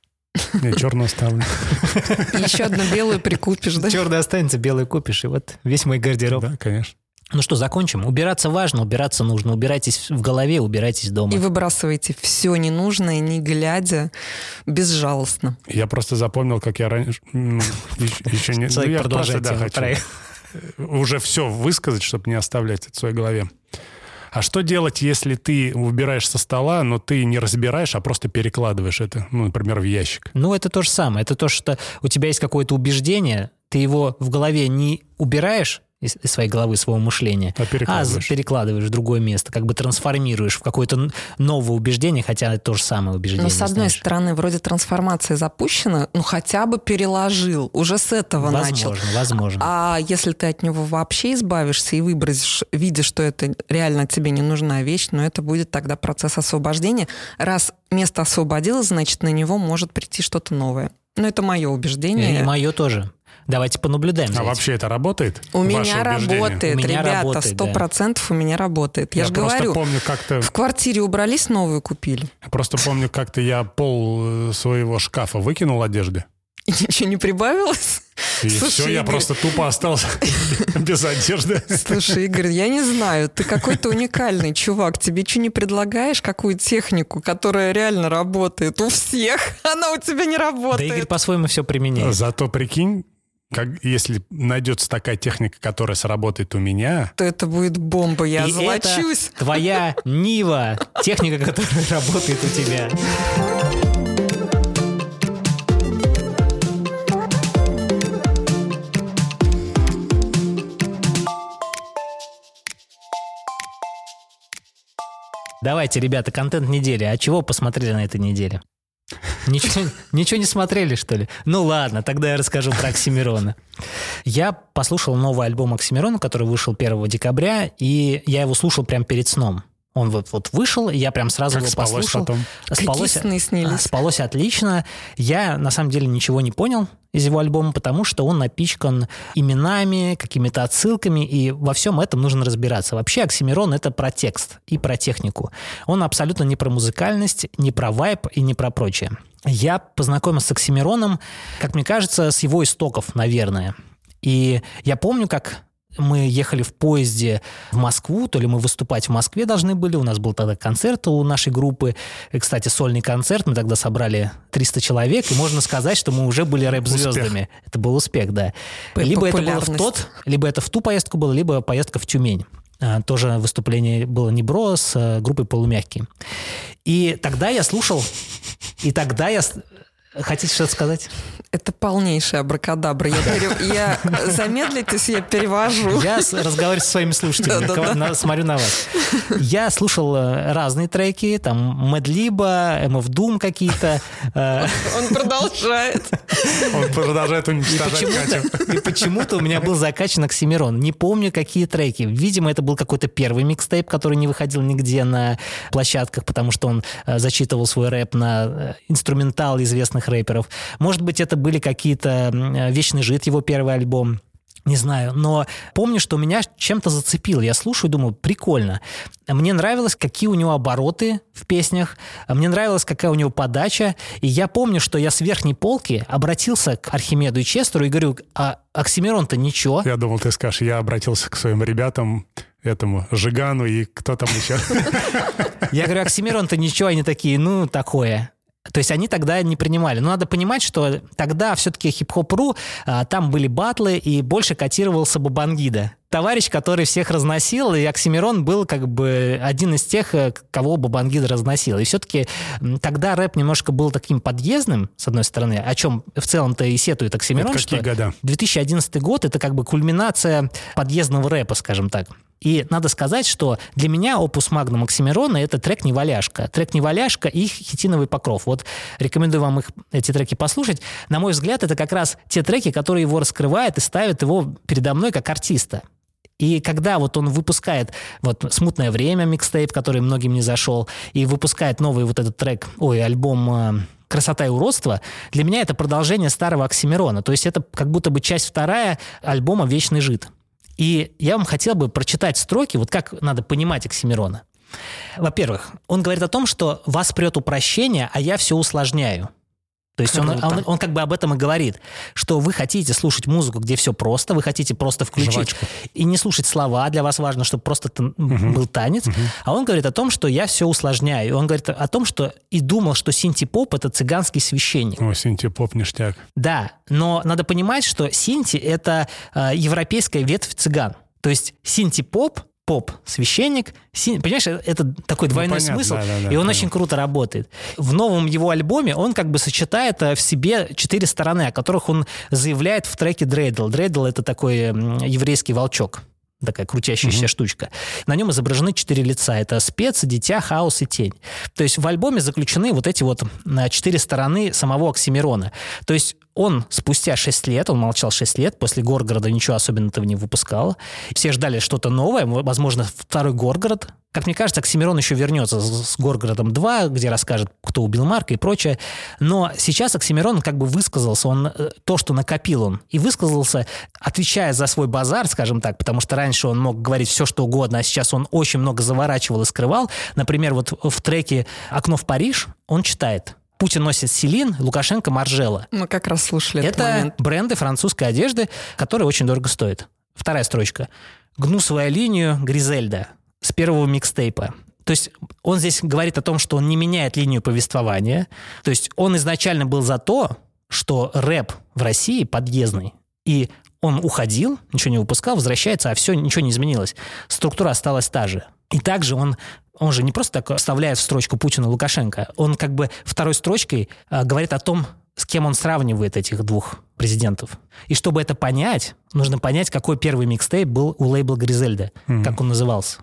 Не, черную оставлю. И еще одну белую прикупишь, да? Черная останется, белую купишь, и вот весь мой гардероб. Да, конечно. Ну что, закончим? Убираться важно, убираться нужно. Убирайтесь в голове, убирайтесь дома. И выбрасывайте все ненужное, не глядя, безжалостно. Я просто запомнил, как я раньше... Еще не... Человек, я продолжайте. просто, да, хочу уже все высказать, чтобы не оставлять это в своей голове. А что делать, если ты выбираешь со стола, но ты не разбираешь, а просто перекладываешь это, ну, например, в ящик? Ну, это то же самое. Это то, что у тебя есть какое-то убеждение, ты его в голове не убираешь из своей головы, своего мышления, а перекладываешь. а перекладываешь в другое место, как бы трансформируешь в какое-то новое убеждение, хотя это то же самое убеждение. Но с одной знаешь. стороны, вроде трансформация запущена, ну хотя бы переложил, уже с этого возможно, начал. Возможно, возможно. А если ты от него вообще избавишься и выбросишь, видя, что это реально тебе не нужна вещь, но это будет тогда процесс освобождения. Раз место освободилось, значит, на него может прийти что-то новое. Но это мое убеждение. И мое тоже. Давайте понаблюдаем. А вообще это работает? У меня работает, у меня ребята, работает, сто процентов да. У меня работает. Я, я же говорю, помню, как-то... в квартире убрались, новую купили. Я просто помню, как-то я пол своего шкафа выкинул одежды. И ничего не прибавилось? И Слушай, все, Игорь... я просто тупо остался без одежды. Слушай, Игорь, я не знаю, ты какой-то уникальный чувак. Тебе что не предлагаешь, какую технику, которая реально работает у всех? Она у тебя не работает. Да Игорь по-своему все применяет. Зато прикинь, как, если найдется такая техника, которая сработает у меня... То это будет бомба, я и золочусь. Это твоя Нива, техника, которая работает у тебя. Давайте, ребята, контент недели. А чего посмотрели на этой неделе? Ничего, ничего не смотрели, что ли? Ну ладно, тогда я расскажу про Оксимирона. Я послушал новый альбом Оксимирона, который вышел первого декабря, и я его слушал прямо перед сном. Он вот, вот вышел, и я прям сразу как его спалось послушал. Потом? Спалось, Какие сны снились? спалось отлично. Я, на самом деле, ничего не понял из его альбома, потому что он напичкан именами, какими-то отсылками, и во всем этом нужно разбираться. Вообще, Оксимирон — это про текст и про технику. Он абсолютно не про музыкальность, не про вайб и не про прочее. Я познакомился с Оксимироном, как мне кажется, с его истоков, наверное. И я помню, как мы ехали в поезде в Москву, то ли мы выступать в Москве должны были, у нас был тогда концерт у нашей группы, и, кстати, сольный концерт, мы тогда собрали триста человек, и можно сказать, что мы уже были рэп-звездами. Успех. Это был успех, да. Либо это было в тот, либо это в ту поездку было, либо поездка в Тюмень. Тоже выступление было Небро с группой «Полумягкие». И тогда я слушал, и тогда я... Хотите что-то сказать? Это полнейшая абракадабра. Я, пере... я замедлитесь, я перевожу. Я разговариваю со своими слушателями, да, да, да. Смотрю на вас. Я слушал разные треки, там Мэдлиба, эм эф Doom какие-то. Он продолжает. Он продолжает уничтожать Катю. И почему-то у меня был закачан Оксимирон. Не помню, какие треки. Видимо, это был какой-то первый микстейп, который не выходил нигде на площадках, потому что он зачитывал свой рэп на инструментал известных рэперов. Может быть, это были какие-то «Вечный жид», его первый альбом. Не знаю, но помню, что меня чем-то зацепило. Я слушаю и думаю, прикольно. Мне нравилось, какие у него обороты в песнях, мне нравилось, какая у него подача. И я помню, что я с верхней полки обратился к Архимеду и Честеру и говорю, а Оксимирон-то ничего. Я думал, ты скажешь, я обратился к своим ребятам, этому Жигану и кто там еще. Я говорю, Оксимирон-то ничего, они такие, ну, такое. То есть они тогда не принимали. Но надо понимать, что тогда все-таки хип-хоп.ру, а, там были батлы, и больше котировался Бабангида. Товарищ, который всех разносил, и Оксимирон был как бы один из тех, кого Бабангида разносил. И все-таки тогда рэп немножко был таким подъездным, с одной стороны, о чем в целом-то и сетует Оксимирон. Это какие что года? две тысячи одиннадцатый год — это как бы кульминация подъездного рэпа, скажем так. И надо сказать, что для меня опус магнум Оксимирона — это трек «Неваляшка». Трек «Неваляшка» и «Хитиновый покров». Вот рекомендую вам их, эти треки послушать. На мой взгляд, это как раз те треки, которые его раскрывают и ставят его передо мной как артиста. И когда вот он выпускает вот «Смутное время» микстейп, который многим не зашел, и выпускает новый вот этот трек, ой, альбом «Красота и уродство», для меня это продолжение старого Оксимирона. То есть это как будто бы часть вторая альбома «Вечный жид». И я вам хотел бы прочитать строки, вот как надо понимать Оксимирона. Во-первых, он говорит о том, что вас прет упрощение, а я все усложняю. То есть он, он, он как бы об этом и говорит, что вы хотите слушать музыку, где все просто, вы хотите просто включить Жвачку. И не слушать слова, для вас важно, чтобы просто угу. был танец. Угу. А он говорит о том, что я все усложняю. И он говорит о том, что и думал, что синти-поп — это цыганский священник. О, синти-поп ништяк. Да, но надо понимать, что синти — это э, европейская ветвь цыган. То есть синти-поп, поп, священник, син... понимаешь, это такой двойной ну, смысл, да, да, да, и он понятно. Очень круто работает. В новом его альбоме он как бы сочетает в себе четыре стороны, о которых он заявляет в треке «Дрейдл». «Дрейдл» — это такой еврейский волчок, такая крутящаяся mm-hmm. штучка. На нем изображены четыре лица. Это спец, дитя, хаос и тень. То есть в альбоме заключены вот эти вот четыре стороны самого Оксимирона. То есть он спустя шесть лет, он молчал шесть лет, после «Горгорода» ничего особенного не выпускал. Все ждали что-то новое, возможно, второй «Горгород». Как мне кажется, Оксимирон еще вернется с «Горгородом два», где расскажет, кто убил Марка и прочее. Но сейчас Оксимирон как бы высказался, он то, что накопил он, и высказался, отвечая за свой базар, скажем так, потому что раньше он мог говорить все, что угодно, а сейчас он очень много заворачивал и скрывал. Например, вот в треке «Окно в Париж» он читает: Путин носит Селин, Лукашенко Маржела. Мы как раз слушали этот Это момент. бренды французской одежды, которые очень дорого стоят. Вторая строчка. Гну свою линию Гризельда с первого микстейпа. То есть он здесь говорит о том, что он не меняет линию повествования. То есть он изначально был за то, что рэп в России подъездный. И он уходил, ничего не выпускал, возвращается, а все, ничего не изменилось. Структура осталась та же. И также он, он же не просто так вставляет в строчку Путина Лукашенко, он как бы второй строчкой а, говорит о том, с кем он сравнивает этих двух президентов. И чтобы это понять, нужно понять, какой первый микстейп был у лейбла Гризельда, mm-hmm. как он назывался.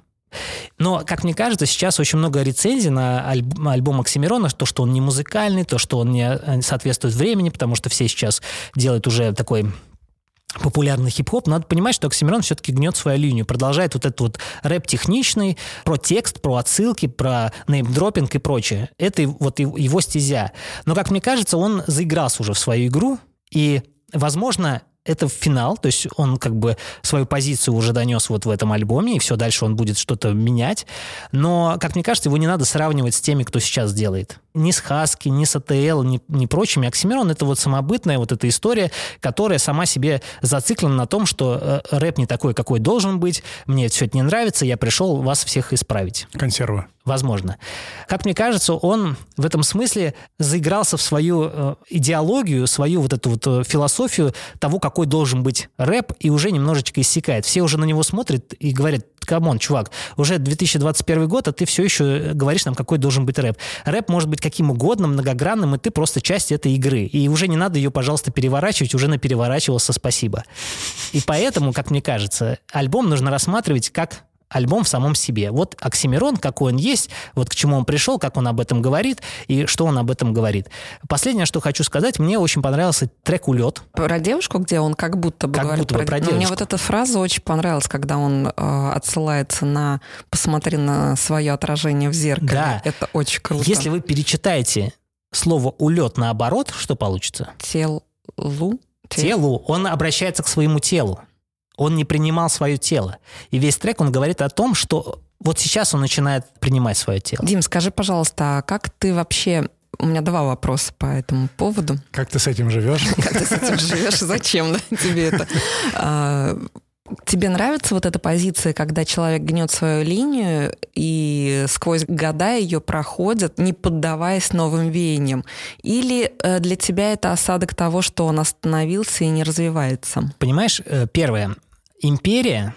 Но, как мне кажется, сейчас очень много рецензий на альб- альбом Оксимирона, то, что он не музыкальный, то, что он не соответствует времени, потому что все сейчас делают уже такой популярный хип-хоп, надо понимать, что Оксимирон все-таки гнет свою линию, продолжает вот этот вот рэп техничный, про текст, про отсылки, про неймдропинг и прочее. Это вот его стезя. Но, как мне кажется, он заигрался уже в свою игру, и, возможно, это финал, то есть он как бы свою позицию уже донес вот в этом альбоме, и все, дальше он будет что-то менять. Но, как мне кажется, его не надо сравнивать с теми, кто сейчас делает. Ни с Хаски, ни с АТЛ, ни, ни прочими. Оксимирон — это вот самобытная вот эта история, которая сама себе зациклена на том, что э, рэп не такой, какой должен быть, мне все это не нравится, я пришел вас всех исправить. Консерва. Возможно. Как мне кажется, он в этом смысле заигрался в свою э, идеологию, свою вот эту вот э, философию того, какой должен быть рэп, и уже немножечко иссякает. Все уже на него смотрят и говорят: камон, чувак, уже две тысячи двадцать первый год, а ты все еще говоришь нам, какой должен быть рэп. Рэп может быть каким угодно, многогранным, и ты просто часть этой игры. И уже не надо ее, пожалуйста, переворачивать, уже напереворачивался, спасибо. И поэтому, как мне кажется, альбом нужно рассматривать как альбом в самом себе. Вот Оксимирон, какой он есть, вот к чему он пришел, как он об этом говорит и что он об этом говорит. Последнее, что хочу сказать, мне очень понравился трек «Улет». Про девушку, где он как будто бы как говорит будто бы про... про Но мне вот эта фраза очень понравилась, когда он э, отсылается на «посмотри на свое отражение в зеркале». Да. Это очень круто. Если вы перечитаете слово «улет» наоборот, что получится? Телу. Телу. Он обращается к своему телу. Он не принимал свое тело. И весь трек, он говорит о том, что вот сейчас он начинает принимать свое тело. Дим, скажи, пожалуйста, а как ты вообще... У меня два вопроса по этому поводу. Как ты с этим живешь? Как ты с этим живешь? Зачем тебе это? Тебе нравится вот эта позиция, когда человек гнет свою линию и сквозь года ее проходит, не поддаваясь новым веяниям? Или для тебя это осадок того, что он остановился и не развивается? Понимаешь, первое. Империя,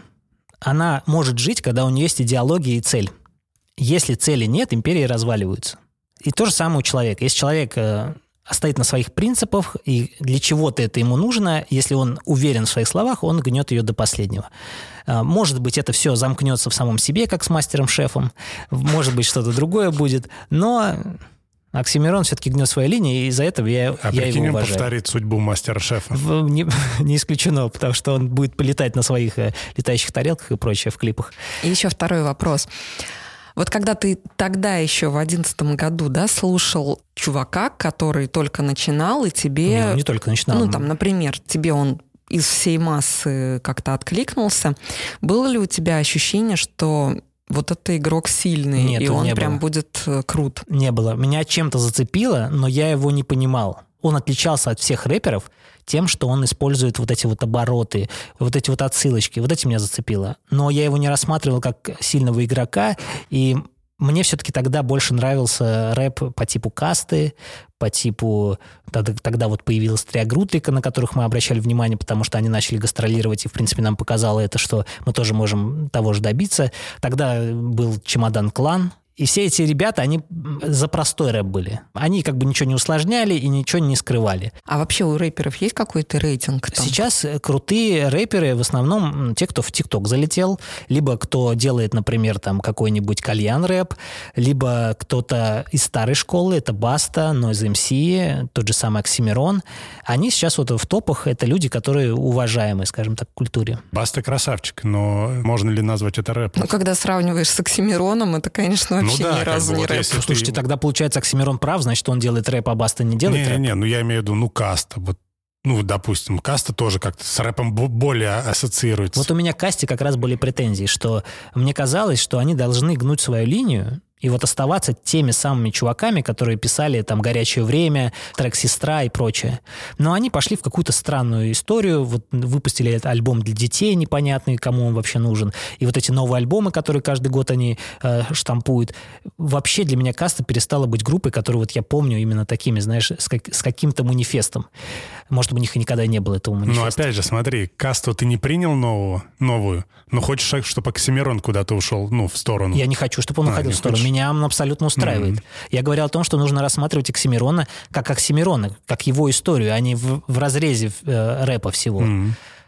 она может жить, когда у нее есть идеология и цель. Если цели нет, империи разваливаются. И то же самое у человека. Если человек стоит на своих принципах, и для чего-то это ему нужно, если он уверен в своих словах, он гнет ее до последнего. Может быть, это все замкнется в самом себе, как с мастером-шефом, может быть, что-то другое будет, но Оксимирон все-таки гнет свою линию, и из-за этого я, а я его уважаю. А прикинь, повторит судьбу мастера-шефа. Не, не исключено, потому что он будет полетать на своих летающих тарелках и прочее в клипах. И еще второй вопрос. Вот когда ты тогда еще в одиннадцатом году, да, слушал чувака, который только начинал, и тебе... Не, не только начинал. Ну, там, например, тебе он из всей массы как-то откликнулся. Было ли у тебя ощущение, что вот это игрок сильный, Нет, и он не прям было. будет крут? Не было. Меня чем-то зацепило, но я его не понимал. Он отличался от всех рэперов тем, что он использует вот эти вот обороты, вот эти вот отсылочки. Вот эти меня зацепило. Но я его не рассматривал как сильного игрока, и мне все-таки тогда больше нравился рэп по типу Касты, по типу... Тогда, тогда вот появилась Триагрутрика, на которых мы обращали внимание, потому что они начали гастролировать, и, в принципе, нам показало это, что мы тоже можем того же добиться. Тогда был Чемодан Клан. И все эти ребята, они за простой рэп были. Они как бы ничего не усложняли и ничего не скрывали. А вообще у рэперов есть какой-то рейтинг там? Сейчас крутые рэперы в основном те, кто в ТикТок залетел, либо кто делает, например, там какой-нибудь кальян-рэп, либо кто-то из старой школы, это Баста, Noise эм си, тот же самый Оксимирон. Они сейчас вот в топах, это люди, которые уважаемые, скажем так, в культуре. Баста красавчик, но можно ли назвать это рэпом? Ну, когда сравниваешь с Оксимироном, это, конечно, вообще ну, да, ни разу бы, не вот рэп. Слушайте, ты... тогда, получается, Оксимирон прав, значит, он делает рэп, а Баста не делает не, рэп? Не-не, ну я имею в виду, ну, Каста, вот, ну, допустим, Каста тоже как-то с рэпом более ассоциируется. Вот у меня к Касте как раз были претензии, что мне казалось, что они должны гнуть свою линию и вот оставаться теми самыми чуваками, которые писали там «Горячее время», трек «Сестра» и прочее. Но они пошли в какую-то странную историю, вот выпустили этот альбом для детей непонятный, кому он вообще нужен. И вот эти новые альбомы, которые каждый год они э, штампуют. Вообще для меня Каста перестала быть группой, которую вот я помню именно такими, знаешь, с, как, с каким-то манифестом. Может, у них и никогда не было этого манифеста. Ну, опять же, смотри, Касту ты не принял нового, новую, но хочешь, чтобы Оксимирон куда-то ушел, ну, в сторону. Я не хочу, чтобы он а, уходил в сторону. Хочешь? Меня он абсолютно устраивает. Mm-hmm. Я говорил о том, что нужно рассматривать Оксимирона как Оксимирона, как его историю, а не в, в разрезе э, рэпа всего. Mm-hmm.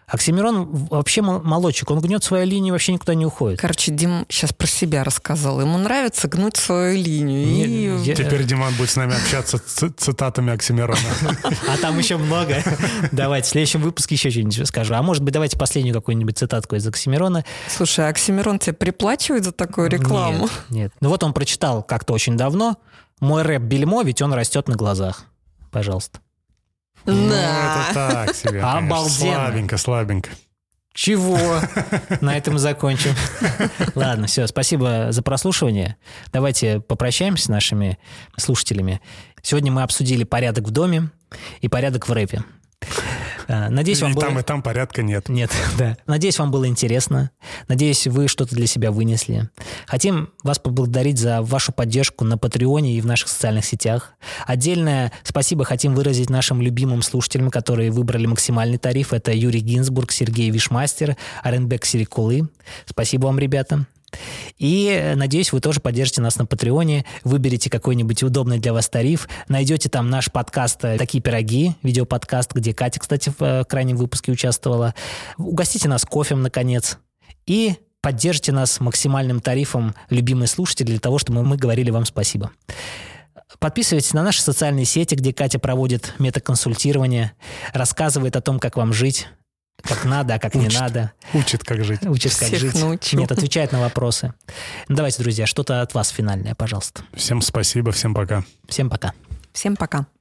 Оксимирон вообще молодчик, он гнет свою линию, вообще никуда не уходит. Короче, Дим сейчас про себя рассказал. Ему нравится гнуть свою линию. Нет, и... я... Теперь Диман будет с нами общаться ц- цитатами Оксимирона. А там еще много. Давайте, в следующем выпуске еще что-нибудь скажу. А может быть, давайте последнюю какую-нибудь цитатку из Оксимирона. Слушай, а Оксимирон тебе приплачивает за такую рекламу? Нет, нет. Ну вот он прочитал как-то очень давно. Мой рэп бельмо, ведь он растет на глазах. Пожалуйста. Да. Ну, это так себе. Обалденно. Слабенько, слабенько. Чего? На этом закончим. Ладно, все, спасибо за прослушивание. Давайте попрощаемся с нашими слушателями. Сегодня мы обсудили порядок в доме и порядок в рэпе. Надеюсь, вам и было... там, и там порядка нет. Нет, да. Надеюсь, вам было интересно. Надеюсь, вы что-то для себя вынесли. Хотим вас поблагодарить за вашу поддержку на Патреоне и в наших социальных сетях. Отдельное спасибо хотим выразить нашим любимым слушателям, которые выбрали максимальный тариф. Это Юрий Гинзбург, Сергей Вишмастер, Аренбек Серикулы. Спасибо вам, ребята. И, надеюсь, вы тоже поддержите нас на Патреоне, выберите какой-нибудь удобный для вас тариф, найдете там наш подкаст «Такие пироги», видеоподкаст, где Катя, кстати, в крайнем выпуске участвовала. Угостите нас кофем, наконец, и поддержите нас максимальным тарифом, любимые слушатели, для того, чтобы мы говорили вам спасибо. Подписывайтесь на наши социальные сети, где Катя проводит метаконсультирование, рассказывает о том, как вам жить, как надо, а как Учит. не надо. Учит, как жить. Учит, как Всех жить. научу. Нет, отвечает на вопросы. Ну, давайте, друзья, что-то от вас финальное, пожалуйста. Всем спасибо, всем пока. Всем пока. Всем пока.